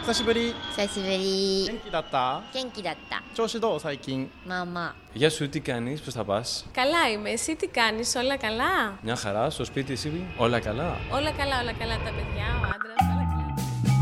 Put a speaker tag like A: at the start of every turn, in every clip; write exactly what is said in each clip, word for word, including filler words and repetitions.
A: 久しぶり。
B: 久しぶり。
A: 元気だった？
B: 元気だった。
A: 調子どう最近？
B: まあまあ。
C: Γεια σου, τι κάνεις, πώς θα πας?
D: Καλά είμαι, εσύ τι κάνεις, όλα καλά?
C: Μια χαρά, στο σπίτι εσύ, όλα καλά?
D: Όλα καλά, όλα καλά, τα παιδιά, ο άντρας, όλα καλά.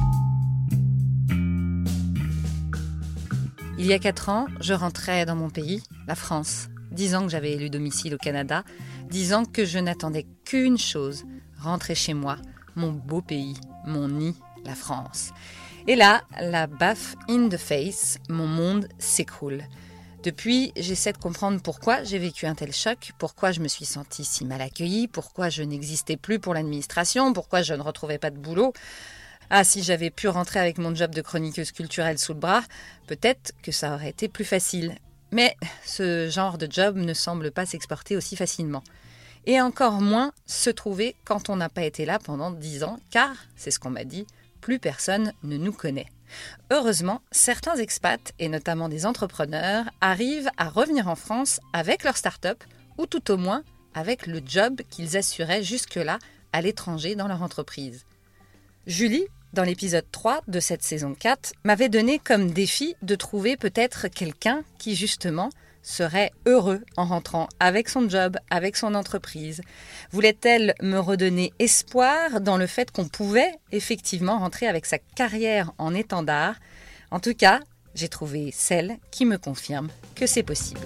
E: Il y a quatre ans, je rentrais dans mon pays, la France. Dix ans que j'avais élu domicile au Canada. Dix ans que je n'attendais qu'une chose, rentrer chez moi, mon beau pays, mon nid, la France. Et là, la baffe in the face, mon monde s'écroule. Depuis, j'essaie de comprendre pourquoi j'ai vécu un tel choc, pourquoi je me suis sentie si mal accueillie, pourquoi je n'existais plus pour l'administration, pourquoi je ne retrouvais pas de boulot. Ah, si j'avais pu rentrer avec mon job de chroniqueuse culturelle sous le bras, peut-être que ça aurait été plus facile. Mais ce genre de job ne semble pas s'exporter aussi facilement. Et encore moins se trouver quand on n'a pas été là pendant dix ans, car, c'est ce qu'on m'a dit, plus personne ne nous connaît. Heureusement, certains expats, et notamment des entrepreneurs, arrivent à revenir en France avec leur start-up, ou tout au moins avec le job qu'ils assuraient jusque-là à l'étranger dans leur entreprise. Julie, dans l'épisode trois de cette saison quatre, m'avait donné comme défi de trouver peut-être quelqu'un qui, justement, serait heureux en rentrant avec son job, avec son entreprise. Voulait-elle me redonner espoir dans le fait qu'on pouvait effectivement rentrer avec sa carrière en étendard? En tout cas, j'ai trouvé celle qui me confirme que c'est possible.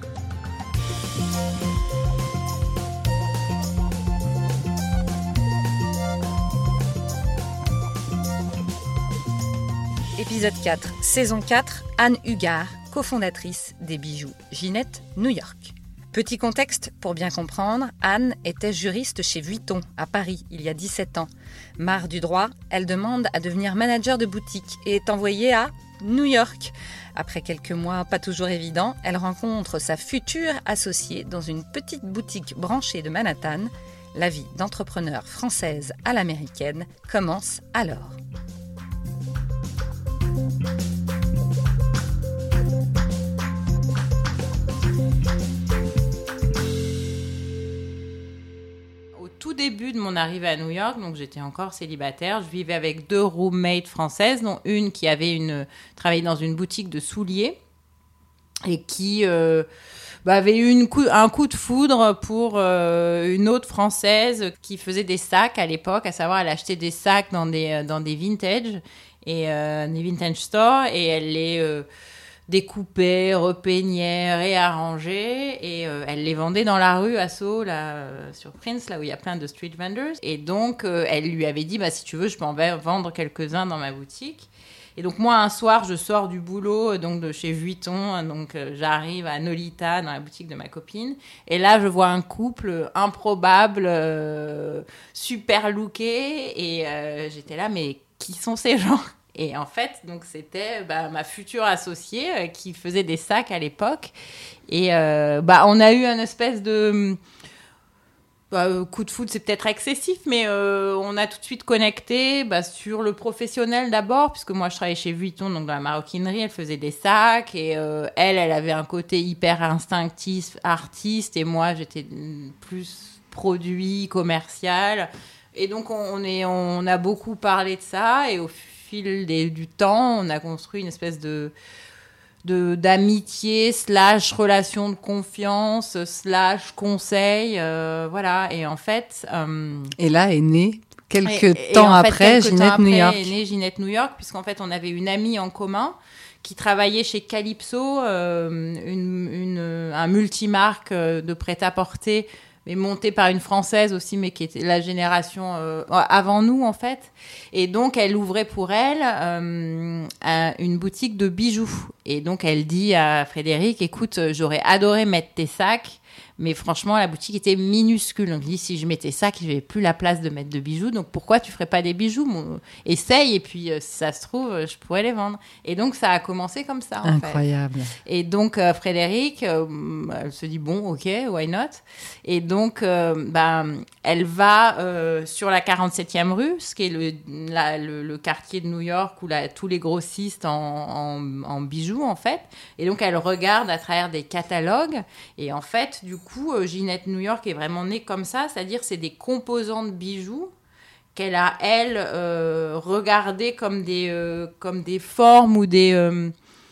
E: Épisode quatre, saison quatre, Anne Hugard, cofondatrice des bijoux Ginette New York. Petit contexte pour bien comprendre, Anne était juriste chez Vuitton à Paris il y a dix-sept ans. Marre du droit, elle demande à devenir manager de boutique et est envoyée à New York. Après quelques mois pas toujours évidents, elle rencontre sa future associée dans une petite boutique branchée de Manhattan. La vie d'entrepreneur française à l'américaine commence alors.
F: Au tout début de mon arrivée à New York, donc j'étais encore célibataire, je vivais avec deux roommates françaises, dont une qui avait une, travaillait dans une boutique de souliers et qui euh, bah, avait eu une coup, un coup de foudre pour euh, une autre française qui faisait des sacs à l'époque, à savoir elle achetait des sacs dans des, dans des vintage et euh, des vintage stores et elle les euh, découpait, repeignait, réarrangeait et euh, elle les vendait dans la rue à Sceaux, là, euh, sur Prince, là où il y a plein de street vendors. Et donc, euh, elle lui avait dit, bah, si tu veux, je peux en vendre quelques-uns dans ma boutique. Et donc, moi, un soir, je sors du boulot, donc de chez Vuitton, donc euh, j'arrive à Nolita, dans la boutique de ma copine. Et là, je vois un couple improbable, euh, super looké. Et euh, j'étais là, mais qui sont ces gens ? Et en fait, donc c'était bah, ma future associée euh, qui faisait des sacs à l'époque. Et euh, bah, on a eu une espèce de bah, coup de foudre, c'est peut-être excessif, mais euh, on a tout de suite connecté bah, sur le professionnel d'abord, puisque moi je travaillais chez Vuitton, donc dans la maroquinerie, elle faisait des sacs. Et euh, elle, elle avait un côté hyper instinctif, artiste, et moi j'étais plus produit, commercial. Et donc on, on, est, on a beaucoup parlé de ça, et au fil des, du temps, on a construit une espèce de, de d'amitié slash relation de confiance slash conseil, euh, voilà. Et en fait, euh,
E: et là est née quelques
F: et,
E: temps
F: et en fait,
E: après
F: quelques
E: Ginette
F: temps
E: New
F: après
E: York.
F: Est née Ginette New York, puisqu'en fait, on avait une amie en commun qui travaillait chez Calypso, euh, une, une, un multimarque de prêt-à-porter, mais montée par une Française aussi, mais qui était la génération euh, avant nous, en fait. Et donc, elle ouvrait pour elle euh, un, une boutique de bijoux. Et donc, elle dit à Frédéric, écoute, j'aurais adoré mettre tes sacs, mais franchement, la boutique était minuscule. Donc, je dis, si je mettais ça, je n'avais plus la place de mettre de bijoux. Donc, pourquoi tu ne ferais pas des bijoux ? Mon... Essaye, et puis, euh, si ça se trouve, je pourrais les vendre. Et donc, ça a commencé comme ça, en
E: Incroyable.
F: fait. Et donc, euh, Frédéric, euh, elle se dit, bon, ok, why not ? Et donc, euh, bah, elle va euh, sur la quarante-septième rue, ce qui est le, la, le, le quartier de New York où la, tous les grossistes en, en, en bijoux, en fait. Et donc, elle regarde à travers des catalogues. Et en fait, du coup, euh, Ginette New York est vraiment née comme ça, c'est-à-dire c'est des composants de bijoux qu'elle a, elle, euh, regardé comme des, euh, comme des formes ou des, euh,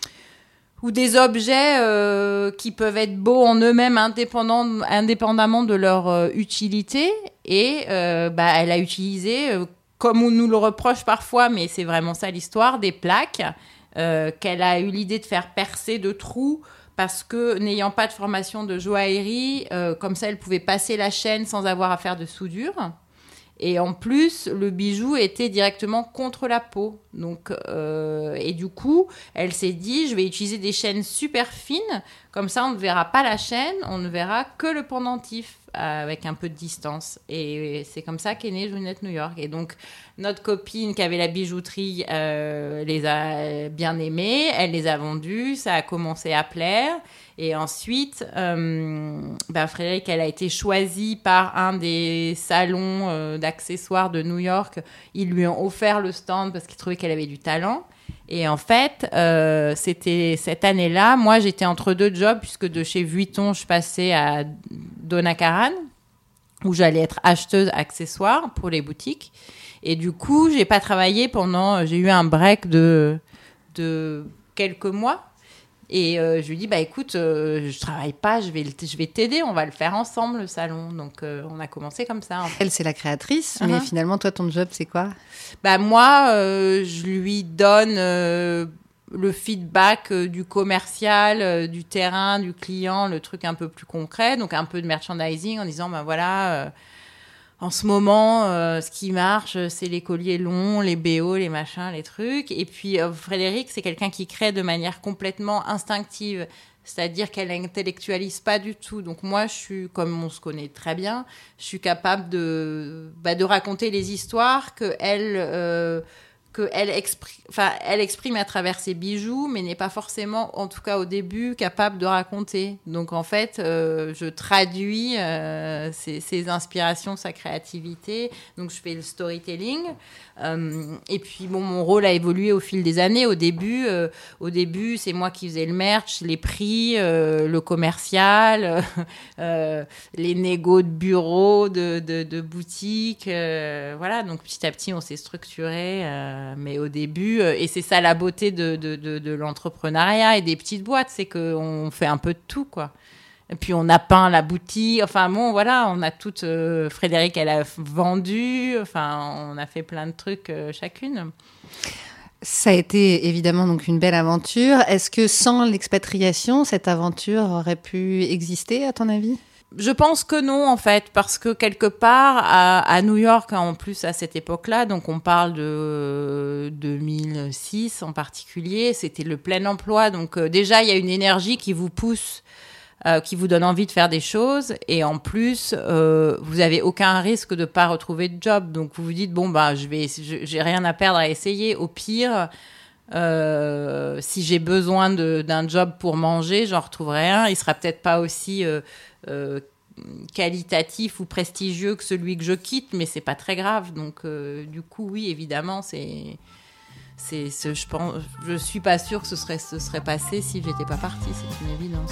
F: ou des objets euh, qui peuvent être beaux en eux-mêmes, indépendant, indépendamment de leur euh, utilité. Et euh, bah, elle a utilisé, euh, comme on nous le reproche parfois, mais c'est vraiment ça l'histoire, des plaques euh, qu'elle a eu l'idée de faire percer de trous parce que, n'ayant pas de formation de joaillerie, euh, comme ça, elle pouvait passer la chaîne sans avoir à faire de soudure. Et en plus, le bijou était directement contre la peau. Donc, euh, et du coup, elle s'est dit, je vais utiliser des chaînes super fines. Comme ça, on ne verra pas la chaîne, on ne verra que le pendentif avec un peu de distance. Et c'est comme ça qu'est née Joinette New York. Et donc, notre copine qui avait la bijouterie euh, les a bien aimées. Elle les a vendues. Ça a commencé à plaire. Et ensuite, euh, ben Frédéric, elle a été choisie par un des salons euh, d'accessoires de New York. Ils lui ont offert le stand parce qu'ils trouvaient qu'elle avait du talent. Et en fait, euh, c'était cette année-là, moi, j'étais entre deux jobs, puisque de chez Vuitton, je passais à Donna Karan, où j'allais être acheteuse accessoires pour les boutiques. Et du coup, j'ai pas travaillé pendant... J'ai eu un break de, de quelques mois. Et euh, je lui dis, bah écoute, euh, je travaille pas, je vais, je vais t'aider, on va le faire ensemble, le salon. Donc, euh, on a commencé comme ça. En fait.
E: Elle, c'est la créatrice,
F: uh-huh.
E: mais finalement, toi, ton job, c'est quoi ?
F: Bah moi, euh, je lui donne euh, le feedback euh, du commercial, euh, du terrain, du client, le truc un peu plus concret. Donc, un peu de merchandising en disant, bah voilà... Euh, En ce moment, euh, ce qui marche, c'est les colliers longs, les B O, les machins, les trucs. Et puis, euh, Frédéric, c'est quelqu'un qui crée de manière complètement instinctive. C'est-à-dire qu'elle n'intellectualise pas du tout. Donc moi, je suis, comme on se connaît très bien, je suis capable de, bah, de raconter les histoires qu'elle... Euh, qu'elle exprime, enfin, elle exprime à travers ses bijoux, mais n'est pas forcément, en tout cas au début, capable de raconter. Donc, en fait, euh, je traduis euh, ses, ses inspirations, sa créativité. Donc, je fais le storytelling. Euh, et puis, bon, mon rôle a évolué au fil des années. Au début, euh, au début c'est moi qui faisais le merch, les prix, euh, le commercial, euh, les négos de bureau, de, de, de boutique. Euh, voilà, donc petit à petit, on s'est structuré. Euh, mais au début, euh, et c'est ça la beauté de, de, de, de l'entrepreneuriat et des petites boîtes, c'est qu'on fait un peu de tout, quoi. Et puis on a peint la boutique, enfin bon, voilà, on a toutes... Euh, Frédéric, elle a vendu, enfin, on a fait plein de trucs euh, chacune.
E: Ça a été évidemment donc une belle aventure. Est-ce que sans l'expatriation, cette aventure aurait pu exister, à ton avis ?
F: Je pense que non, en fait, parce que quelque part, à, à New York, hein, en plus, à cette époque-là, donc on parle de euh, deux mille six en particulier, c'était le plein emploi. Donc euh, déjà, il y a une énergie qui vous pousse, euh, qui vous donne envie de faire des choses. Et en plus, euh, vous avez aucun risque de pas retrouver de job. Donc vous vous dites, bon, bah, je vais, je, j'ai rien à perdre à essayer. Au pire... Euh, si j'ai besoin de, d'un job pour manger, j'en retrouverai un. Il sera peut-être pas aussi euh, euh, qualitatif ou prestigieux que celui que je quitte, mais c'est pas très grave. Donc, euh, du coup, oui, évidemment, c'est, c'est, c'est, je pense, je suis pas sûre que ce serait, ce serait passé si j'étais pas partie. C'est une évidence.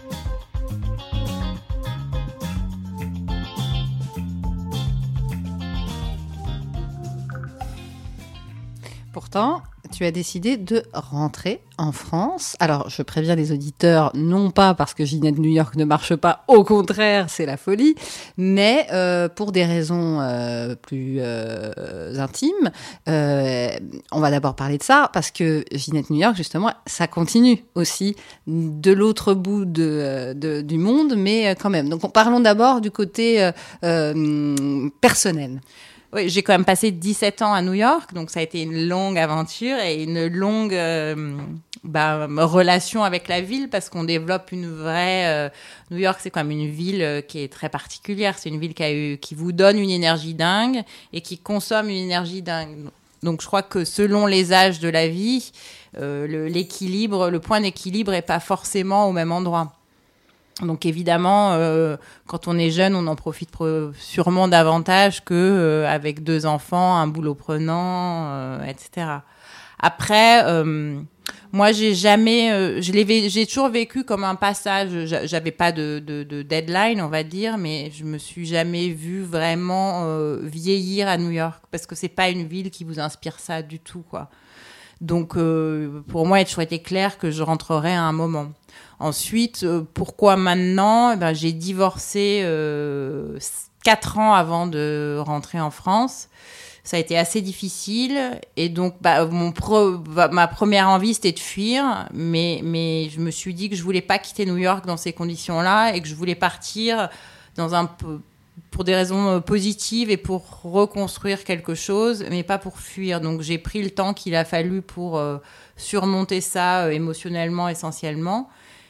E: Pourtant, tu as décidé de rentrer en France. Alors, je préviens les auditeurs, non pas parce que Ginette New York ne marche pas, au contraire, c'est la folie, mais euh, pour des raisons euh, plus euh, intimes. Euh, on va d'abord parler de ça, parce que Ginette New York, justement, ça continue aussi de l'autre bout de, de, du monde, mais quand même. Donc, parlons d'abord du côté euh, euh, personnel.
F: Oui, j'ai quand même passé dix-sept ans à New York, donc ça a été une longue aventure et une longue euh, bah, relation avec la ville parce qu'on développe une vraie... Euh, New York, c'est quand même une ville euh, qui est très particulière. C'est une ville qui, a eu, qui vous donne une énergie dingue et qui consomme une énergie dingue. Donc je crois que selon les âges de la vie, euh, le, l'équilibre, le point d'équilibre n'est pas forcément au même endroit. Donc évidemment, euh, quand on est jeune, on en profite pro- sûrement davantage que euh, avec deux enfants, un boulot prenant, euh, et cetera. Après, euh, Moi, j'ai jamais, euh, je l'ai, j'ai toujours vécu comme un passage. J'avais pas de, de, de deadline, on va dire, mais je me suis jamais vue vraiment euh, vieillir à New York parce que c'est pas une ville qui vous inspire ça du tout, quoi. Donc, euh, pour moi, il a toujours été clair que je rentrerai à un moment. Ensuite, euh, pourquoi maintenant ? Eh ben, j'ai divorcé euh, quatre ans avant de rentrer en France. Ça a été assez difficile et donc bah, mon pro, bah, ma première envie c'était de fuir, mais, mais je me suis dit que je voulais pas quitter New York dans ces conditions-là et que je voulais partir dans un, pour des raisons positives et pour reconstruire quelque chose, mais pas pour fuir. Donc j'ai pris le temps qu'il a fallu pour euh, surmonter ça euh, émotionnellement essentiellement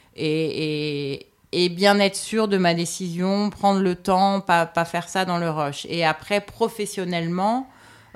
F: et, et, et bien être sûr de ma décision, prendre le temps, pas, pas faire ça dans le rush. Et après professionnellement,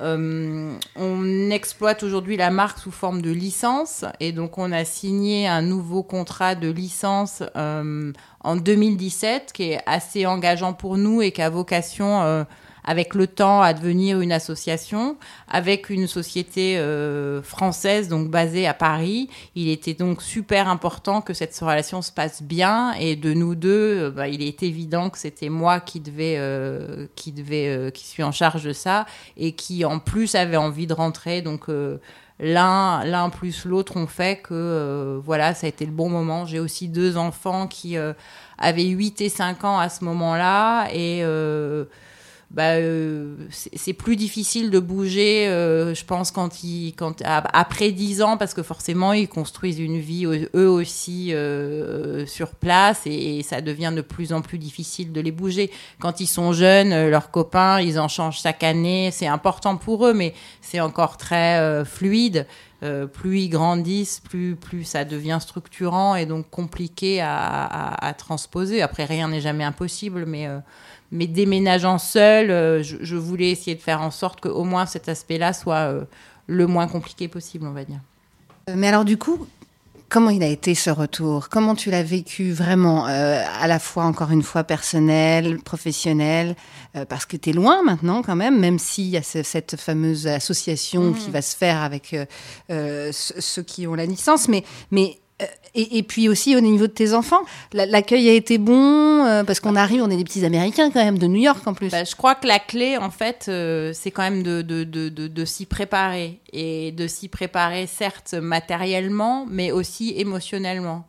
F: Euh, on exploite aujourd'hui la marque sous forme de licence et donc on a signé un nouveau contrat de licence euh, en deux mille dix-sept qui est assez engageant pour nous et qui a vocation euh, avec le temps à devenir une association avec une société euh, française donc basée à Paris. Il était donc super important que cette relation se passe bien et de nous deux, euh, bah, il est évident que c'était moi qui devais, euh, qui devais, euh, qui suis en charge de ça et qui en plus avait envie de rentrer. Donc euh, l'un, l'un plus l'autre ont fait que euh, voilà, ça a été le bon moment. J'ai aussi deux enfants qui euh, avaient huit et cinq ans à ce moment-là et euh, bah, euh, c'est, c'est plus difficile de bouger, euh, je pense, quand ils, quand, après dix ans, parce que forcément, ils construisent une vie, eux aussi, euh, sur place, et, et ça devient de plus en plus difficile de les bouger. Quand ils sont jeunes, euh, leurs copains, ils en changent chaque année, c'est important pour eux, mais c'est encore très euh, fluide. Euh, plus ils grandissent, plus, plus ça devient structurant et donc compliqué à, à, à transposer. Après, rien n'est jamais impossible, mais... Euh, Mais déménageant seule, euh, je, je voulais essayer de faire en sorte qu'au moins cet aspect-là soit euh, le moins compliqué possible, on va dire.
E: Mais alors du coup, comment il a été ce retour ? Comment tu l'as vécu vraiment, euh, à la fois, encore une fois, personnel, professionnel, euh, parce que tu es loin maintenant quand même, même s'il y a ce, cette fameuse association mmh. qui va se faire avec euh, euh, ceux qui ont la licence, mais... mais Et, et puis aussi au niveau de tes enfants, l'accueil a été bon euh, parce qu'on arrive, on est des petits Américains quand même de New York en plus.
F: Bah, je crois que la clé en fait, euh, c'est quand même de, de, de, de, de s'y préparer et de s'y préparer certes matériellement, mais aussi émotionnellement.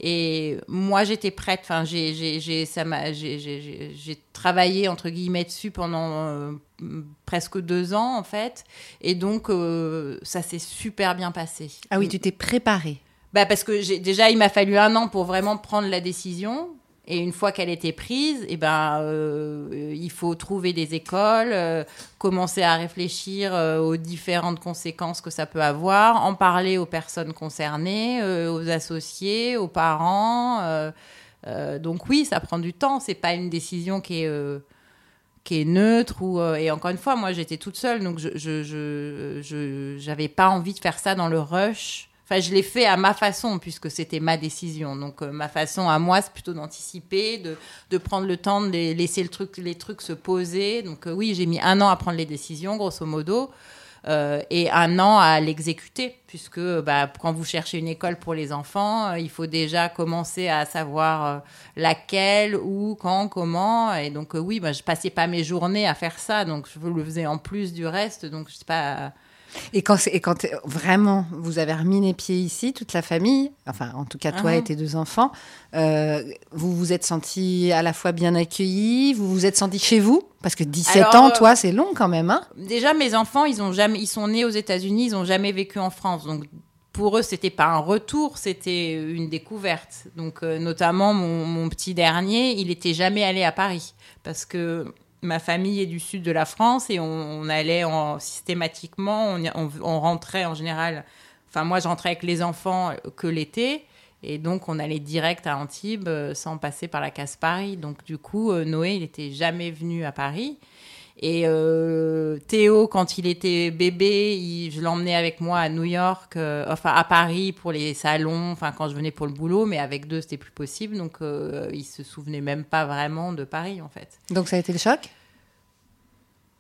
F: Et moi j'étais prête. Enfin, j'ai, j'ai, j'ai, ça m'a, j'ai, j'ai, j'ai travaillé entre guillemets dessus pendant euh, presque deux ans en fait, et donc euh, ça s'est super bien passé.
E: Ah oui, tu t'es préparée.
F: Bah parce que j'ai, déjà, il m'a fallu un an pour vraiment prendre la décision. Et une fois qu'elle était prise, eh ben, euh, il faut trouver des écoles, euh, commencer à réfléchir euh, aux différentes conséquences que ça peut avoir, en parler aux personnes concernées, euh, aux associés, aux parents. Euh, euh, donc oui, ça prend du temps. C'est pas une décision qui est... Euh, qui est neutre ou euh, et encore une fois moi j'étais toute seule donc je je je je j'avais pas envie de faire ça dans le rush. Enfin, je l'ai fait à ma façon, puisque c'était ma décision. Donc, euh, ma façon à moi, c'est plutôt d'anticiper, de, de prendre le temps de les, laisser le truc, les trucs se poser. Donc, euh, oui, j'ai mis un an à prendre les décisions, grosso modo, euh, et un an à l'exécuter, puisque bah, quand vous cherchez une école pour les enfants, euh, il faut déjà commencer à savoir euh, laquelle, où, quand, comment. Et donc, euh, oui, bah, je passais pas mes journées à faire ça. Donc, je le faisais en plus du reste. Donc, je sais pas... Euh,
E: Et quand, et quand vraiment vous avez remis les pieds ici, toute la famille, enfin en tout cas toi uh-huh. et tes deux enfants, euh, vous vous êtes sentis à la fois bien accueillis, vous vous êtes sentis chez vous ? Parce que dix-sept Alors, ans, toi, c'est long quand même, hein ?
F: Déjà, mes enfants, ils, ont jamais, ils sont nés aux États-Unis, ils n'ont jamais vécu en France. Donc pour eux, c'était pas un retour, c'était une découverte. Donc euh, notamment mon, mon petit dernier, il n'était jamais allé à Paris parce que... Ma famille est du sud de la France et on, on allait en, systématiquement, on, on, on rentrait en général, enfin moi je rentrais avec les enfants que l'été et donc on allait direct à Antibes sans passer par la case Paris. Donc du coup, Noé, il n'était jamais venu à Paris. Et euh, Théo, quand il était bébé, il, je l'emmenais avec moi à New York, euh, enfin à Paris pour les salons, enfin quand je venais pour le boulot, mais avec deux, c'était plus possible. Donc, euh, il se souvenait même pas vraiment de Paris, en fait.
E: Donc, ça a été le choc ?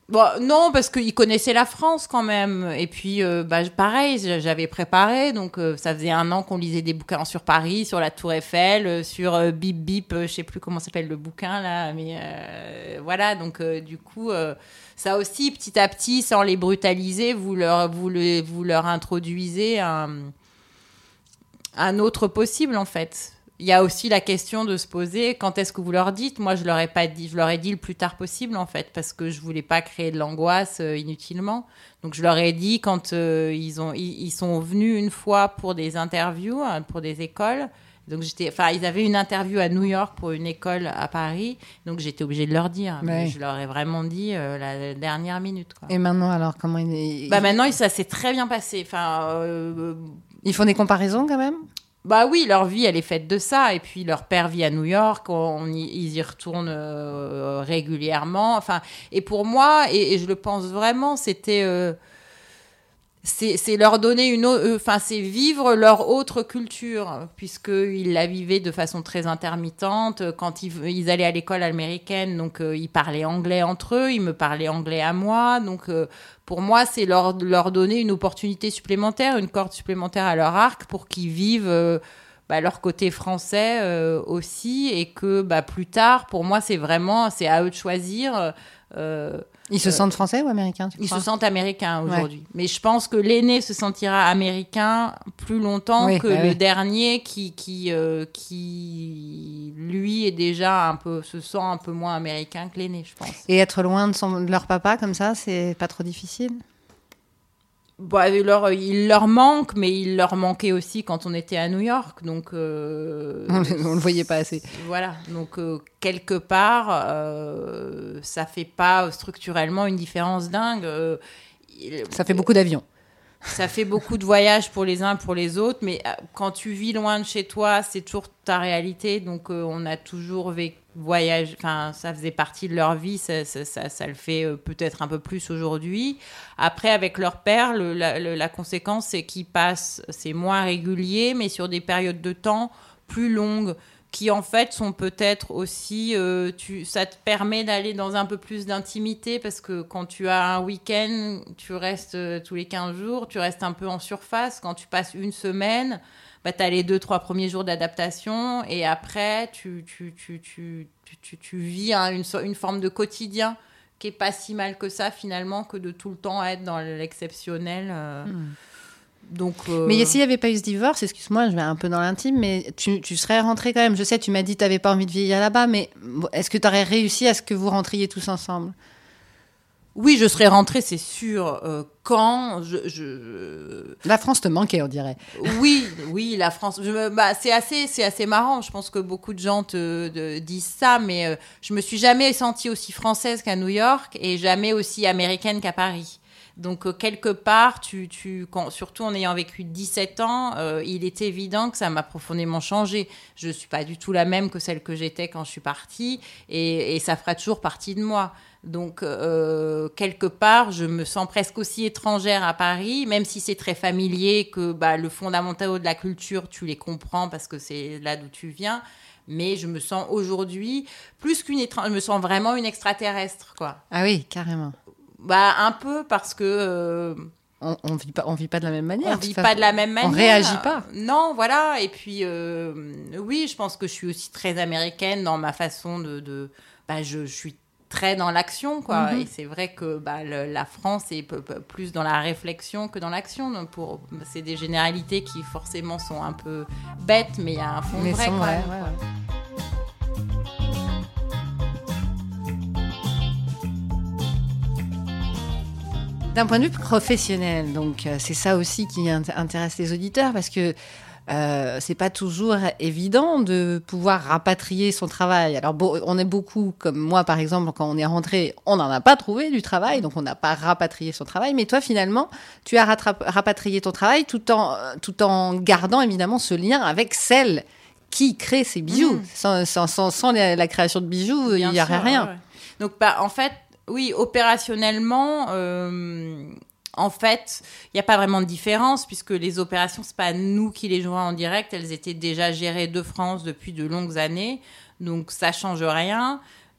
F: Bon, non, parce qu'ils connaissaient la France quand même. Et puis, euh, bah, pareil, j'avais préparé. Donc, euh, ça faisait un an qu'on lisait des bouquins sur Paris, sur la Tour Eiffel, euh, sur euh, Bip Bip, euh, je sais plus comment s'appelle le bouquin là. Mais euh, voilà, donc euh, du coup, euh, ça aussi, petit à petit, sans les brutaliser, vous leur, vous le, vous leur introduisez un, un autre possible en fait. Il y a aussi la question de se poser quand est-ce que vous leur dites. Moi, je leur ai pas dit, je leur ai dit le plus tard possible en fait, parce que je voulais pas créer de l'angoisse euh, inutilement. Donc, je leur ai dit quand euh, ils ont, ils, ils sont venus une fois pour des interviews, hein, pour des écoles. Donc j'étais, enfin, ils avaient une interview à New York pour une école à Paris. Donc j'étais obligée de leur dire.
E: Ouais.
F: Je leur ai vraiment dit euh, la dernière minute. Quoi.
E: Et maintenant, alors, comment ils...
F: Bah maintenant, ça s'est très bien passé. Enfin. Euh,
E: Ils font des comparaisons quand même ?
F: Bah oui, leur vie, elle est faite de ça. Et puis, leur père vit à New York. On, on y, ils y retournent euh, régulièrement. Enfin, et pour moi, et, et je le pense vraiment, c'était... Euh, c'est, c'est leur donner une... Enfin, euh, c'est vivre leur autre culture, puisqu'ils la vivaient de façon très intermittente. Quand ils, ils allaient à l'école américaine, donc euh, ils parlaient anglais entre eux, ils me parlaient anglais à moi. Donc... Euh, Pour moi, c'est leur, leur donner une opportunité supplémentaire, une corde supplémentaire à leur arc pour qu'ils vivent euh, bah, leur côté français euh, aussi. Et que bah, plus tard, pour moi, c'est vraiment c'est à eux de choisir. Euh,
E: Ils se
F: euh,
E: sentent français ou américains, tu
F: Ils
E: crois ?
F: se sentent américains aujourd'hui.
E: Ouais.
F: Mais je pense que l'aîné se sentira américain plus longtemps
E: oui,
F: que
E: bah
F: le
E: oui.
F: dernier qui, qui, euh, qui, lui, est déjà un peu, se sent un peu moins américain que l'aîné, je pense.
E: Et être loin de, son, de leur papa comme ça, c'est pas trop difficile ?
F: Bah, il, leur, il leur manque, mais il leur manquait aussi quand on était à New York. Donc, euh,
E: On ne le voyait pas assez.
F: Voilà. Donc, euh, quelque part, euh, ça fait pas structurellement une différence dingue. Euh, il,
E: ça fait beaucoup d'avions.
F: Ça fait beaucoup de voyages pour les uns, pour les autres. Mais quand tu vis loin de chez toi, c'est toujours ta réalité. Donc, euh, on a toujours vécu. Voyage, enfin, ça faisait partie de leur vie, ça, ça, ça, ça le fait euh, peut-être un peu plus aujourd'hui. Après, avec leur père, le, la, le, la conséquence, c'est qu'ils passent, c'est moins régulier, mais sur des périodes de temps plus longues, qui en fait sont peut-être aussi, euh, tu, ça te permet d'aller dans un peu plus d'intimité, parce que quand tu as un week-end, tu restes euh, tous les quinze jours, tu restes un peu en surface. Quand tu passes une semaine, bah, tu as les deux, trois premiers jours d'adaptation et après, tu, tu, tu, tu, tu, tu, tu vis hein, une, une forme de quotidien qui n'est pas si mal que ça, finalement, que de tout le temps être dans l'exceptionnel. Euh, mmh. Donc, euh...
E: Mais s'il n'y avait pas eu ce divorce, excuse-moi, je vais un peu dans l'intime, mais tu, tu serais rentrée quand même. Je sais, tu m'as dit que tu n'avais pas envie de vieillir là-bas, mais est-ce que tu aurais réussi à ce que vous rentriez tous ensemble ?
F: Oui, je serais rentrée, c'est sûr. Euh, quand je, je...
E: La France te manquait, on dirait.
F: Oui, oui, la France. Je me... bah, c'est assez, c'est assez marrant. Je pense que beaucoup de gens te, te disent ça, mais euh, je me suis jamais sentie aussi française qu'à New York et jamais aussi américaine qu'à Paris. Donc, euh, quelque part, tu, tu, quand, surtout en ayant vécu dix-sept ans, euh, il est évident que ça m'a profondément changé. Je ne suis pas du tout la même que celle que j'étais quand je suis partie et, et ça fera toujours partie de moi. Donc, euh, quelque part, je me sens presque aussi étrangère à Paris, même si c'est très familier, que bah, le fondamental de la culture, tu les comprends parce que c'est là d'où tu viens. Mais je me sens aujourd'hui, plus qu'une étrangère, je me sens vraiment une extraterrestre, quoi.
E: Ah oui, carrément.
F: Bah, un peu parce que... Euh,
E: on ne vit pas, on vit pas de la même manière.
F: On ne vit pas de la même manière.
E: On réagit pas.
F: Non, voilà. Et puis, euh, oui, je pense que je suis aussi très américaine dans ma façon de... de bah, je, je suis très dans l'action, quoi. Mm-hmm. Et c'est vrai que bah, le, la France est peu, peu plus dans la réflexion que dans l'action. Donc pour, c'est des généralités qui forcément sont un peu bêtes, mais il y a un fond
E: mais
F: vrai,
E: sont
F: quoi.
E: Ouais,
F: Donc,
E: ouais,
F: ouais.
E: Ouais. D'un point de vue professionnel, donc euh, c'est ça aussi qui int- intéresse les auditeurs, parce que euh, c'est pas toujours évident de pouvoir rapatrier son travail. Alors bon, on est beaucoup, comme moi par exemple, quand on est rentré, on n'en a pas trouvé du travail, donc on n'a pas rapatrié son travail. Mais toi finalement, tu as rattrap- rapatrié ton travail tout en tout en gardant évidemment ce lien avec celle qui crée ces bijoux. Mmh. Sans, sans, sans, sans la, la création de bijoux, il n'y aurait rien.
F: Ouais, ouais. Donc bah en fait. Oui, opérationnellement, euh, en fait, il n'y a pas vraiment de différence puisque les opérations, ce n'est pas nous qui les jouons en direct. Elles étaient déjà gérées de France depuis de longues années. Donc, ça ne change rien.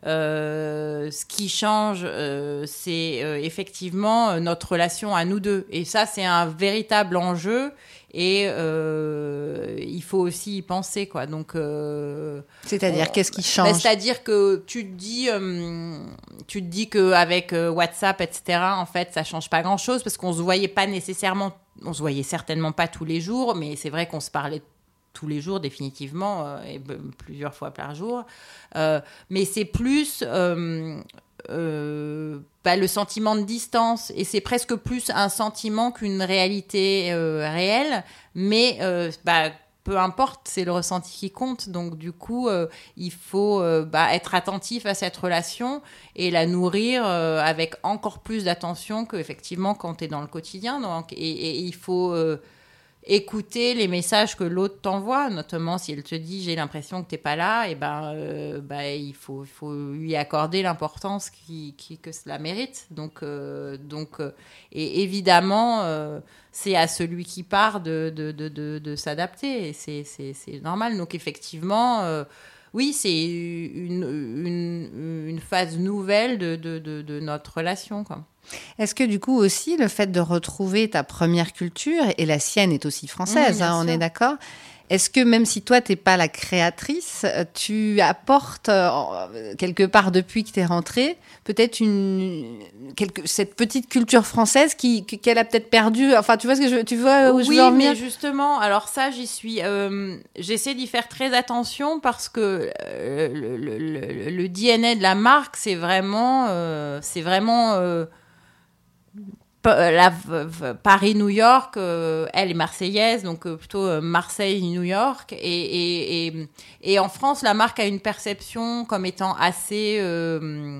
F: Euh, ce qui change, euh, c'est euh, effectivement notre relation à nous deux. Et ça, c'est un véritable enjeu. Et euh, il faut aussi y penser, quoi. Donc, euh,
E: c'est-à-dire,
F: on,
E: qu'est-ce qui change ?
F: bah, c'est-à-dire que tu te dis, euh, tu te dis qu'avec euh, WhatsApp, et cetera, en fait, ça change pas grand-chose parce qu'on se voyait pas nécessairement, on se voyait certainement pas tous les jours, mais c'est vrai qu'on se parlait tous les jours définitivement euh, et b- plusieurs fois par jour. Euh, mais c'est plus euh, euh, bah, le sentiment de distance, et c'est presque plus un sentiment qu'une réalité euh, réelle, mais euh, bah, peu importe, c'est le ressenti qui compte. Donc du coup, euh, il faut euh, bah, être attentif à cette relation et la nourrir euh, avec encore plus d'attention qu'effectivement quand tu es dans le quotidien. Donc, et, et il faut euh, écouter les messages que l'autre t'envoie, notamment si elle te dit j'ai l'impression que t'es pas là, et ben, euh, ben il faut, il faut lui accorder l'importance qui, qui, que cela mérite. Donc, euh, donc, euh, et évidemment, euh, c'est à celui qui part de, de, de, de, de s'adapter, et c'est, c'est, c'est normal. Donc effectivement, euh, oui, c'est une, une, une phase nouvelle de, de, de, de notre relation, quoi.
E: Est-ce que du coup aussi le fait de retrouver ta première culture, et la sienne est aussi française,
F: Mmh,
E: hein, on
F: sûr.
E: est d'accord ? Est-ce que même si toi t'es pas la créatrice, tu apportes euh, quelque part depuis que t'es rentrée peut-être une quelque, cette petite culture française qui qu'elle a peut-être perdue. Enfin, tu vois ce que je tu vois où
F: oui,
E: je veux en venir ?
F: mais justement, alors ça, j'y suis. Euh, j'essaie d'y faire très attention parce que euh, le, le, le, le D N A de la marque, c'est vraiment, euh, c'est vraiment. Euh, La, Paris-New York, euh, elle est marseillaise, donc euh, plutôt euh, Marseille-New York. Et, et, et, et en France, la marque a une perception comme étant assez... Euh,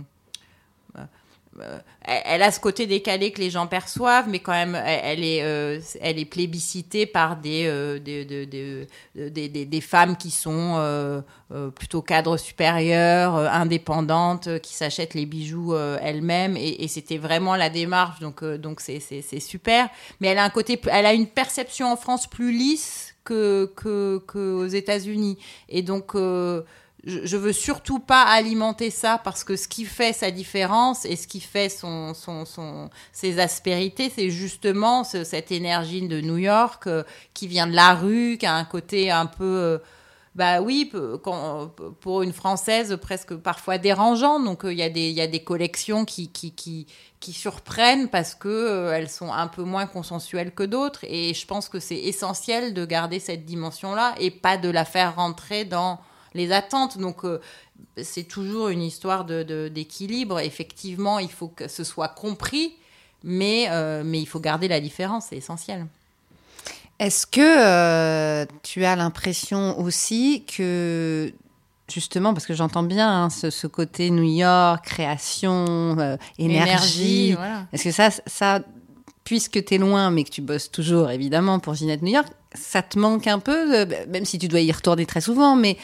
F: euh, elle a ce côté décalé que les gens perçoivent, mais quand même, elle, elle, est, euh, elle est plébiscitée par des, euh, des, des, des, des, des, des femmes qui sont euh, euh, plutôt cadres supérieurs, euh, indépendantes, euh, qui s'achètent les bijoux euh, elles-mêmes. Et, et c'était vraiment la démarche, donc, euh, donc c'est, c'est, c'est super. Mais elle a, un côté, elle a une perception en France plus lisse que, que, qu'aux États-Unis. Et donc... Euh, je veux surtout pas alimenter ça, parce que ce qui fait sa différence et ce qui fait son, son, son, ses aspérités, c'est justement ce, cette énergie de New York euh, qui vient de la rue, qui a un côté un peu, euh, bah oui, quand, pour une Française presque parfois dérangeant. Donc il euh, y a des, il y a des collections qui, qui, qui, qui surprennent parce que euh, elles sont un peu moins consensuelles que d'autres. Et je pense que c'est essentiel de garder cette dimension-là et pas de la faire rentrer dans les attentes. Donc, euh, c'est toujours une histoire de, de, d'équilibre. Effectivement, il faut que ce soit compris, mais, euh, mais il faut garder la différence, c'est essentiel.
E: Est-ce que euh, tu as l'impression aussi que, justement, parce que j'entends bien hein, ce, ce côté New York, création, euh, énergie,
F: énergie voilà.
E: Est-ce que ça, ça puisque tu es loin, mais que tu bosses toujours, évidemment, pour Ginette New York, ça te manque un peu, même si tu dois y retourner très souvent, mais...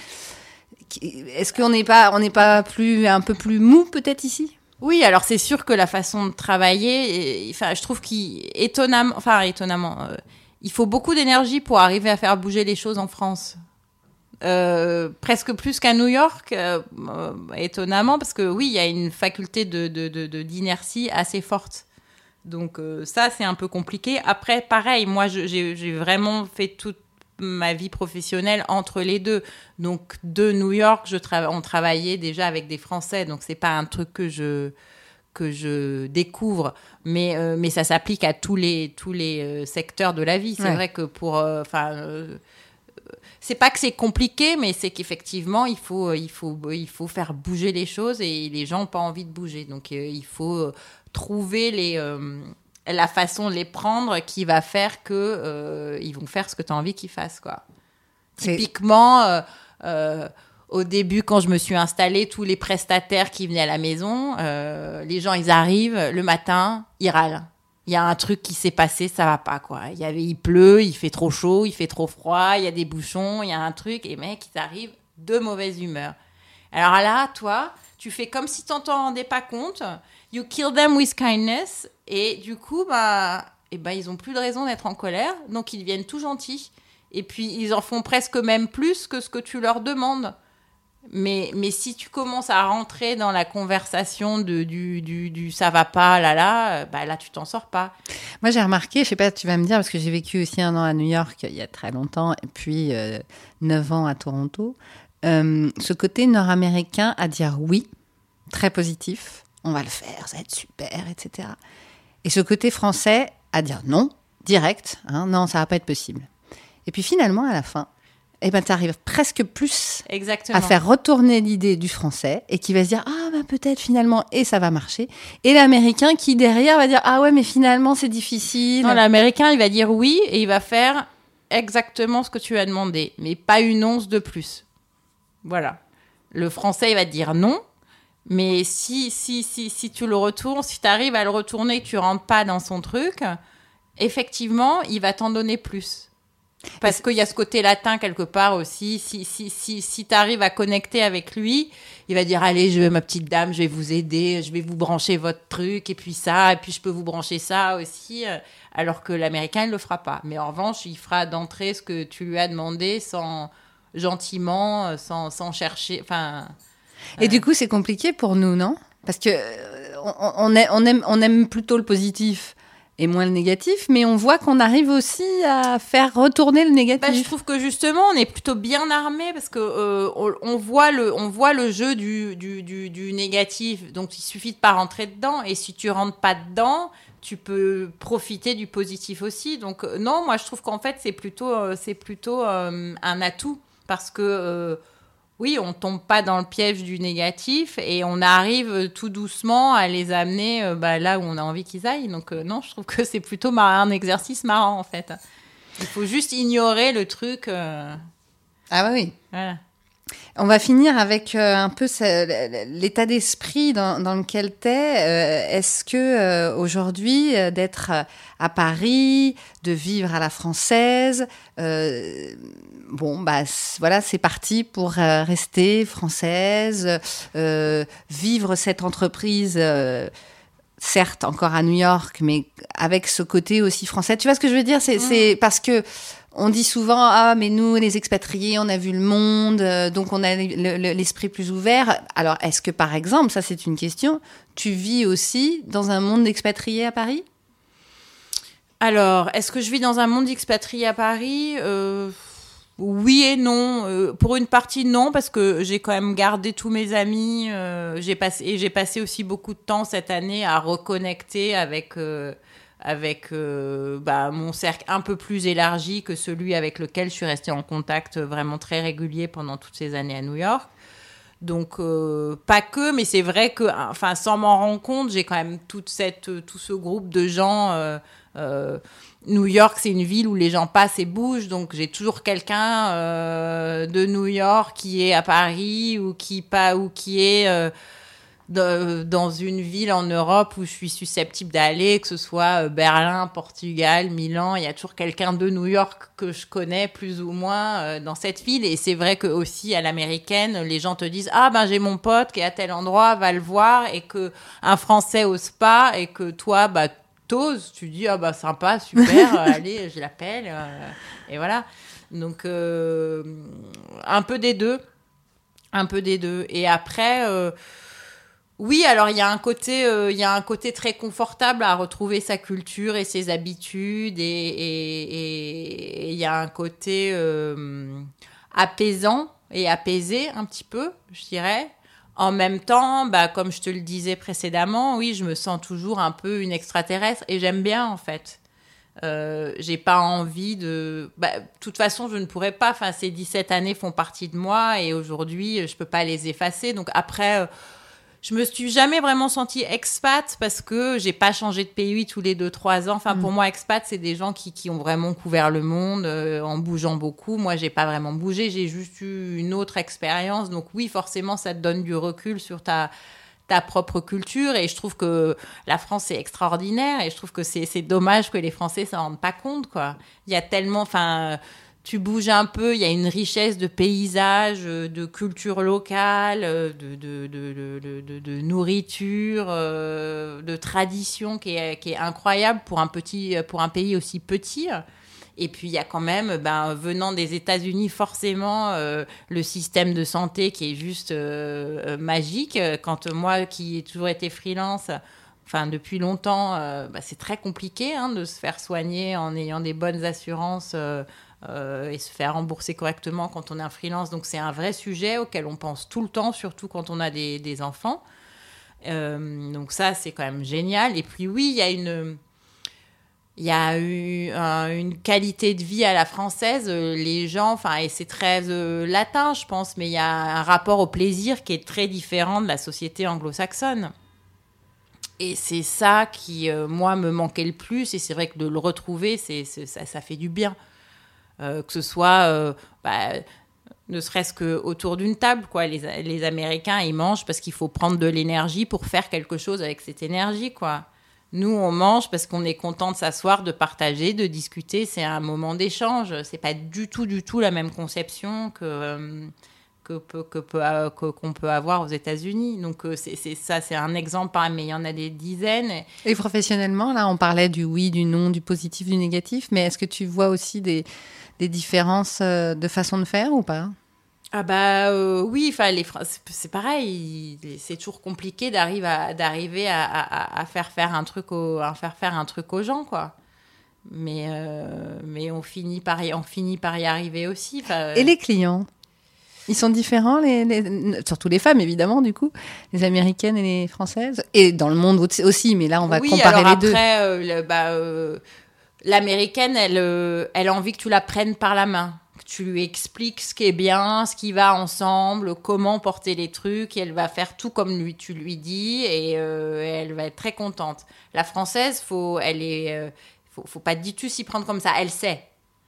E: Est-ce qu'on n'est pas, on n'est pas plus, un peu plus mou peut-être ici ?
F: Oui, alors c'est sûr que la façon de travailler, et, enfin, je trouve qu'étonnamment, enfin étonnamment, euh, il faut beaucoup d'énergie pour arriver à faire bouger les choses en France. Euh, presque plus qu'à New York, euh, euh, étonnamment, parce que oui, il y a une faculté de, de, de, de, d'inertie assez forte. Donc euh, ça, c'est un peu compliqué. Après, pareil, moi, je, j'ai, j'ai vraiment fait toute ma vie professionnelle entre les deux. Donc, de New York, je tra- on travaillait déjà avec des Français, donc c'est pas un truc que je que je découvre, mais euh, mais ça s'applique à tous les tous les euh, secteurs de la vie. C'est ouais. vrai que pour, enfin, euh, euh, c'est pas que c'est compliqué, mais c'est qu'effectivement, il faut il faut il faut faire bouger les choses et les gens n'ont pas envie de bouger. Donc, euh, il faut trouver les euh, la façon de les prendre qui va faire que euh, ils vont faire ce que tu as envie qu'ils fassent, quoi. C'est... Typiquement, euh, euh, au début, quand je me suis installée, tous les prestataires qui venaient à la maison, euh, les gens, ils arrivent le matin, ils râlent. Il y a un truc qui s'est passé, ça va pas, quoi. Il y avait, il pleut, il fait trop chaud, il fait trop froid, il y a des bouchons, il y a un truc, et mec, ils arrivent de mauvaise humeur. Alors là, toi, tu fais comme si t'en t'en rendais pas compte. You kill them with kindness. Et du coup, bah, et bah, ils ont plus de raison d'être en colère. Donc, ils deviennent tout gentils. Et puis, ils en font presque même plus que ce que tu leur demandes. Mais, mais si tu commences à rentrer dans la conversation de, du, du, du ça va pas, là, là, bah là, tu t'en sors pas.
E: Moi, j'ai remarqué, je sais pas, tu vas me dire, parce que j'ai vécu aussi un an à New York il y a très longtemps, et puis euh, neuf ans à Toronto, euh, ce côté nord-américain à dire oui, très positif, on va le faire, ça va être super, et cetera. Et ce côté français à dire non, direct, hein, non, ça va pas être possible. Et puis finalement, à la fin, eh ben, tu arrives presque plus
F: Exactement.
E: à faire retourner l'idée du français et qui va se dire « Ah, ben peut-être finalement, et ça va marcher ». Et l'américain qui, derrière, va dire « Ah ouais, mais finalement, c'est difficile ».
F: Non, l'américain, il va dire oui et il va faire exactement ce que tu as demandé, mais pas une once de plus. Voilà. Le français, il va te dire non, mais si, si, si, si tu le retournes, si tu arrives à le retourner et que tu rentres pas dans son truc, effectivement, il va t'en donner plus. Parce qu'il y a ce côté latin quelque part aussi. Si, si, si, si tu arrives à connecter avec lui, il va dire « Allez, je, ma petite dame, je vais vous aider, je vais vous brancher votre truc, et puis ça, et puis je peux vous brancher ça aussi. » Alors que l'américain, il ne le fera pas. Mais en revanche, il fera d'entrée ce que tu lui as demandé sans, gentiment, sans, sans chercher. Enfin,
E: Et
F: euh...
E: du coup, c'est compliqué pour nous, non ? Parce que on, on, est, on, aime, on aime plutôt le positif et moins le négatif, mais on voit qu'on arrive aussi à faire retourner le négatif.
F: Bah, je trouve que justement, on est plutôt bien armé parce que euh, on, on voit le, on voit le jeu du, du, du, du négatif. Donc, il suffit de pas rentrer dedans. Et si tu rentres pas dedans, tu peux profiter du positif aussi. Donc, euh, non, moi, je trouve qu'en fait, c'est plutôt, euh, c'est plutôt euh, un atout parce que euh, oui, on tombe pas dans le piège du négatif et on arrive tout doucement à les amener euh, bah, là où on a envie qu'ils aillent. Donc euh, non, je trouve que c'est plutôt mar- un exercice marrant en fait. Il faut juste ignorer le truc. Euh...
E: Ah bah oui.
F: Voilà.
E: On va finir avec euh, un peu ce, l'état d'esprit dans, dans lequel tu es. Euh, est-ce que euh, aujourd'hui, euh, d'être à Paris, de vivre à la française, euh, bon, bah c- voilà, c'est parti pour euh, rester française, euh, vivre cette entreprise. Euh, certes, encore à New York, mais avec ce côté aussi français. Tu vois ce que je veux dire ? C'est, mmh. c'est parce que on dit souvent, ah, mais nous, les expatriés, on a vu le monde, euh, donc on a le, le, l'esprit plus ouvert. Alors, est-ce que, par exemple, ça c'est une question, tu vis aussi dans un monde d'expatriés à Paris ?
F: Alors, est-ce que je vis dans un monde d'expatriés à Paris ? euh... Oui et non. Euh, pour une partie, non, parce que j'ai quand même gardé tous mes amis. Euh, j'ai passé, et j'ai passé aussi beaucoup de temps cette année à reconnecter avec, euh, avec euh, bah, mon cercle un peu plus élargi que celui avec lequel je suis restée en contact vraiment très régulier pendant toutes ces années à New York. Donc, euh, pas que, mais c'est vrai que, enfin, sans m'en rendre compte, j'ai quand même toute cette, tout ce groupe de gens... Euh, euh, New York, c'est une ville où les gens passent et bougent, donc j'ai toujours quelqu'un euh, de New York qui est à Paris ou qui, pas, ou qui est euh, de, dans une ville en Europe où je suis susceptible d'aller, que ce soit Berlin, Portugal, Milan. Il y a toujours quelqu'un de New York que je connais plus ou moins euh, dans cette ville. Et c'est vrai que aussi à l'américaine, les gens te disent « Ah ben j'ai mon pote qui est à tel endroit, va le voir » et qu'un Français ose pas et que toi, bah, t'oses, tu dis ah bah sympa, super, euh, allez, je l'appelle, euh, et voilà. Donc euh, un peu des deux, un peu des deux. Et après, euh, oui, alors il y a un côté, euh, il y a un côté très confortable à retrouver sa culture et ses habitudes, et il y a un côté euh, apaisant et apaisé un petit peu, je dirais. En même temps, bah, comme je te le disais précédemment, oui, je me sens toujours un peu une extraterrestre et j'aime bien, en fait. Euh, j'ai pas envie de... Bah, de toute façon, je ne pourrais pas. Enfin, ces dix-sept années font partie de moi et aujourd'hui, je peux pas les effacer. Donc après, euh, je me suis jamais vraiment sentie expat parce que j'ai pas changé de pays tous les deux trois ans. Enfin, mmh. Pour moi, expat, c'est des gens qui, qui ont vraiment couvert le monde euh, en bougeant beaucoup. Moi, j'ai pas vraiment bougé. J'ai juste eu une autre expérience. Donc oui, forcément, ça te donne du recul sur ta, ta propre culture. Et je trouve que la France est extraordinaire. Et je trouve que c'est, c'est dommage que les Français s'en rendent pas compte, quoi. Il y a tellement... Enfin... tu bouges un peu, il y a une richesse de paysages, de culture locale, de, de, de, de, de, de nourriture, euh, de tradition qui est, qui est incroyable pour un, petit, pour un pays aussi petit. Et puis, il y a quand même, ben, venant des États-Unis, forcément, euh, le système de santé qui est juste euh, magique. Quand moi, qui ai toujours été freelance, enfin, depuis longtemps, euh, ben, c'est très compliqué hein, de se faire soigner en ayant des bonnes assurances euh, Euh, et se faire rembourser correctement quand on est un freelance. Donc, c'est un vrai sujet auquel on pense tout le temps, surtout quand on a des, des enfants. Euh, donc, ça, c'est quand même génial. Et puis, oui, il y a une... Il y a eu un, une qualité de vie à la française. Les gens, enfin, et c'est très euh, latin, je pense, mais il y a un rapport au plaisir qui est très différent de la société anglo-saxonne. Et c'est ça qui, euh, moi, me manquait le plus. Et c'est vrai que de le retrouver, c'est, c'est, ça, ça fait du bien. Euh, que ce soit, euh, bah, ne serait-ce qu'autour d'une table, quoi. Les, les Américains, ils mangent parce qu'il faut prendre de l'énergie pour faire quelque chose avec cette énergie, quoi. Nous, on mange parce qu'on est content de s'asseoir, de partager, de discuter. C'est un moment d'échange. C'est pas du tout, du tout la même conception que, euh, que, que, que, que, qu'on peut avoir aux États-Unis. Donc, c'est, c'est ça, c'est un exemple, mais il y en a des dizaines.
E: Et professionnellement, là, on parlait du oui, du non, du positif, du négatif. Mais est-ce que tu vois aussi des... des différences de façon de faire ou pas ?
F: Ah bah euh, oui, enfin les c'est pareil, c'est toujours compliqué d'arriver à d'arriver à, à, à faire faire un truc au, à faire faire un truc aux gens, quoi. Mais euh, mais on finit par y, on finit par y arriver aussi.
E: Et les clients, ils sont différents, les, les surtout les femmes évidemment du coup, les américaines et les françaises, et dans le monde aussi. Mais là on va
F: oui,
E: comparer
F: alors
E: les deux.
F: Après, euh, le, bah euh, l'américaine, elle, euh, elle a envie que tu la prennes par la main, que tu lui expliques ce qui est bien, ce qui va ensemble, comment porter les trucs, et elle va faire tout comme lui, tu lui dis, et euh, elle va être très contente. La française, faut, elle est, euh, faut, faut pas du tout s'y prendre comme ça, elle sait.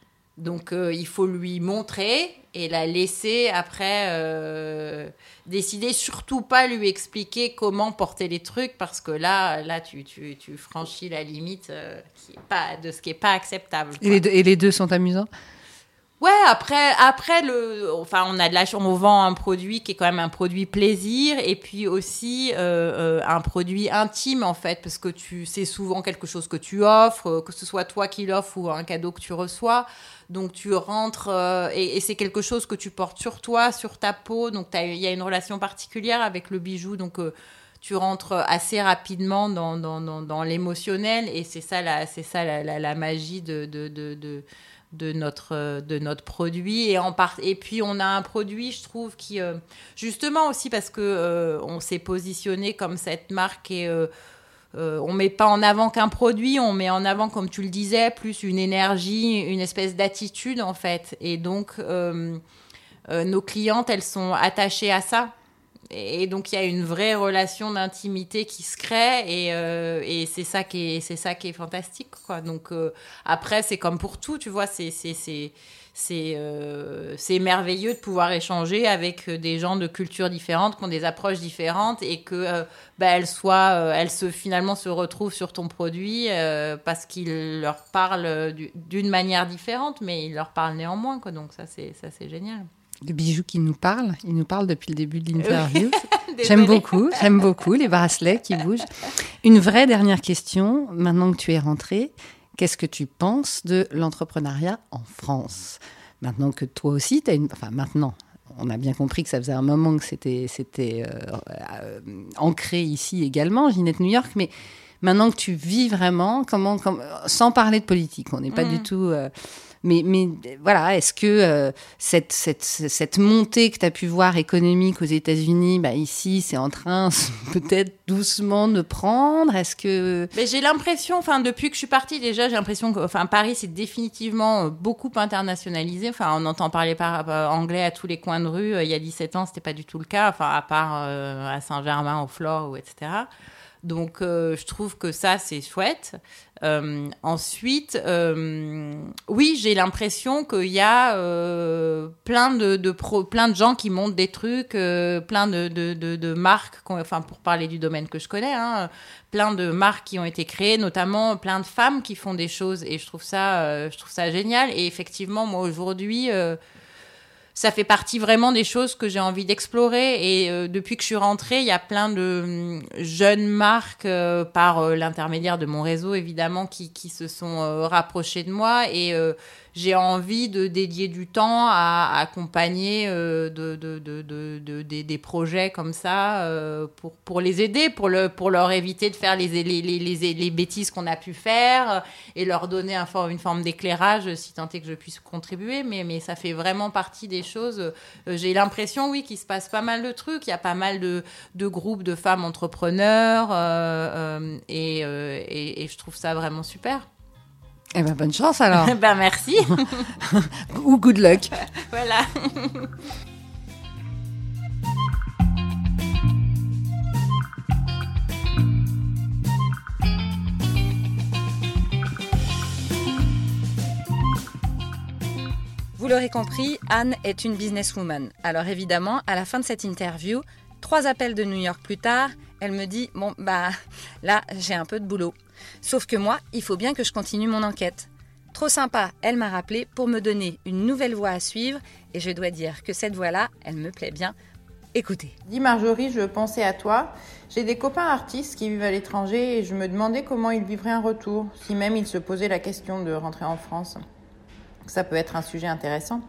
F: Donc, euh, il faut lui montrer et la laisser après euh, décider. Surtout pas lui expliquer comment porter les trucs parce que là, là tu, tu, tu franchis la limite euh, qui est pas, de ce qui n'est pas acceptable.
E: Et les, deux, et les deux sont amusants ?
F: Ouais, après, après le, enfin, on a de la, on vend un produit qui est quand même un produit plaisir et puis aussi euh, euh, un produit intime en fait, parce que tu, c'est souvent quelque chose que tu offres, que ce soit toi qui l'offres ou un cadeau que tu reçois. Donc tu rentres euh, et, et c'est quelque chose que tu portes sur toi, sur ta peau. Donc il y a une relation particulière avec le bijou. Donc euh, tu rentres assez rapidement dans dans dans, dans l'émotionnel et c'est ça la, c'est ça la, la, la magie de de de, de de notre de notre produit et en part et puis on a un produit je trouve qui euh, justement aussi parce que euh, on s'est positionné comme cette marque et euh, euh, on met pas en avant qu'un produit, on met en avant comme tu le disais plus une énergie, une espèce d'attitude en fait et donc euh, euh, nos clientes elles sont attachées à ça. Et donc il y a une vraie relation d'intimité qui se crée et, euh, et c'est ça qui est c'est ça qui est fantastique quoi. Donc euh, après c'est comme pour tout, tu vois, c'est c'est c'est c'est euh, c'est merveilleux de pouvoir échanger avec des gens de cultures différentes qui ont des approches différentes et que euh, bah elles soient euh, elles se finalement se retrouvent sur ton produit euh, parce qu'il leur parle d'une manière différente mais il leur parle néanmoins quoi. Donc ça c'est ça c'est génial.
E: Le bijou qui nous parle, il nous parle depuis le début de l'interview. J'aime beaucoup, j'aime beaucoup les bracelets qui bougent. Une vraie dernière question, maintenant que tu es rentrée, qu'est-ce que tu penses de l'entrepreneuriat en France ? Maintenant que toi aussi, tu as une... Enfin, maintenant, on a bien compris que ça faisait un moment que c'était, c'était euh, euh, ancré ici également, Ginette New York, mais maintenant que tu vis vraiment, comment, comment sans parler de politique, on n'est pas mmh. du tout... Euh, Mais, mais voilà, est-ce que euh, cette, cette, cette montée que tu as pu voir économique aux États-Unis, bah ici, c'est en train peut-être doucement de prendre ? Est-ce que...
F: Mais j'ai l'impression, enfin, depuis que je suis partie, déjà, j'ai l'impression que enfin, Paris, c'est définitivement beaucoup internationalisé. Enfin, on entend parler par, par, anglais à tous les coins de rue. Il y a dix-sept ans, ce n'était pas du tout le cas, enfin, à part euh, à Saint-Germain, au Flore, ou et cetera. Donc, euh, je trouve que ça, c'est chouette. Euh, ensuite, euh, oui, j'ai l'impression qu'il y a euh, plein, de, de pro, plein de gens qui montent des trucs, euh, plein de, de, de, de marques, enfin, pour parler du domaine que je connais, hein, plein de marques qui ont été créées, notamment plein de femmes qui font des choses. Et je trouve ça, euh, je trouve ça génial. Et effectivement, moi, aujourd'hui... Euh, ça fait partie vraiment des choses que j'ai envie d'explorer. Et euh, depuis que je suis rentrée, il y a plein de euh, jeunes marques, euh, par euh, l'intermédiaire de mon réseau, évidemment, qui, qui se sont euh, rapprochées de moi. Et euh, j'ai envie de dédier du temps à, à accompagner euh, de, de, de, de, de, de, des projets comme ça euh, pour, pour les aider, pour, le, pour leur éviter de faire les, les, les, les, les bêtises qu'on a pu faire et leur donner un, une forme d'éclairage, si tant est que je puisse contribuer. Mais, mais ça fait vraiment partie des choses. Euh, j'ai l'impression, oui, qu'il se passe pas mal de trucs. Il y a pas mal de, de groupes de femmes entrepreneurs euh, euh, et, euh, et, et je trouve ça vraiment super.
E: Eh ben, bonne chance alors.
F: Ben, merci.
E: Ou good luck.
F: Voilà.
E: Vous l'aurez compris, Anne est une businesswoman. Alors évidemment, à la fin de cette interview, trois appels de New York plus tard, elle me dit « Bon, bah là, j'ai un peu de boulot. Sauf que moi, il faut bien que je continue mon enquête. » Trop sympa, elle m'a rappelé pour me donner une nouvelle voie à suivre et je dois dire que cette voie-là, elle me plaît bien. Écoutez.
F: Dis Marjorie, je pensais à toi. J'ai des copains artistes qui vivent à l'étranger et je me demandais comment ils vivraient un retour, si même ils se posaient la question de rentrer en France. Ça peut être un sujet intéressant.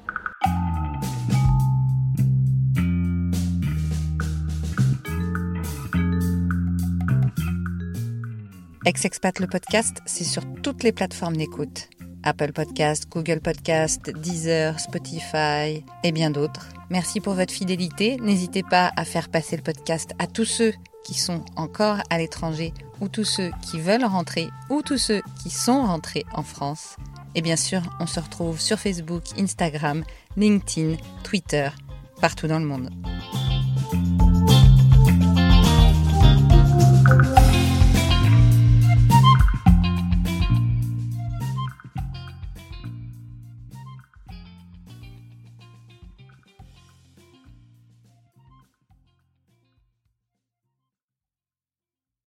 E: Ex-Expat le podcast, c'est sur toutes les plateformes d'écoute. Apple Podcast, Google Podcast, Deezer, Spotify et bien d'autres. Merci pour votre fidélité. N'hésitez pas à faire passer le podcast à tous ceux qui sont encore à l'étranger ou tous ceux qui veulent rentrer ou tous ceux qui sont rentrés en France. Et bien sûr, on se retrouve sur Facebook, Instagram, LinkedIn, Twitter, partout dans le monde.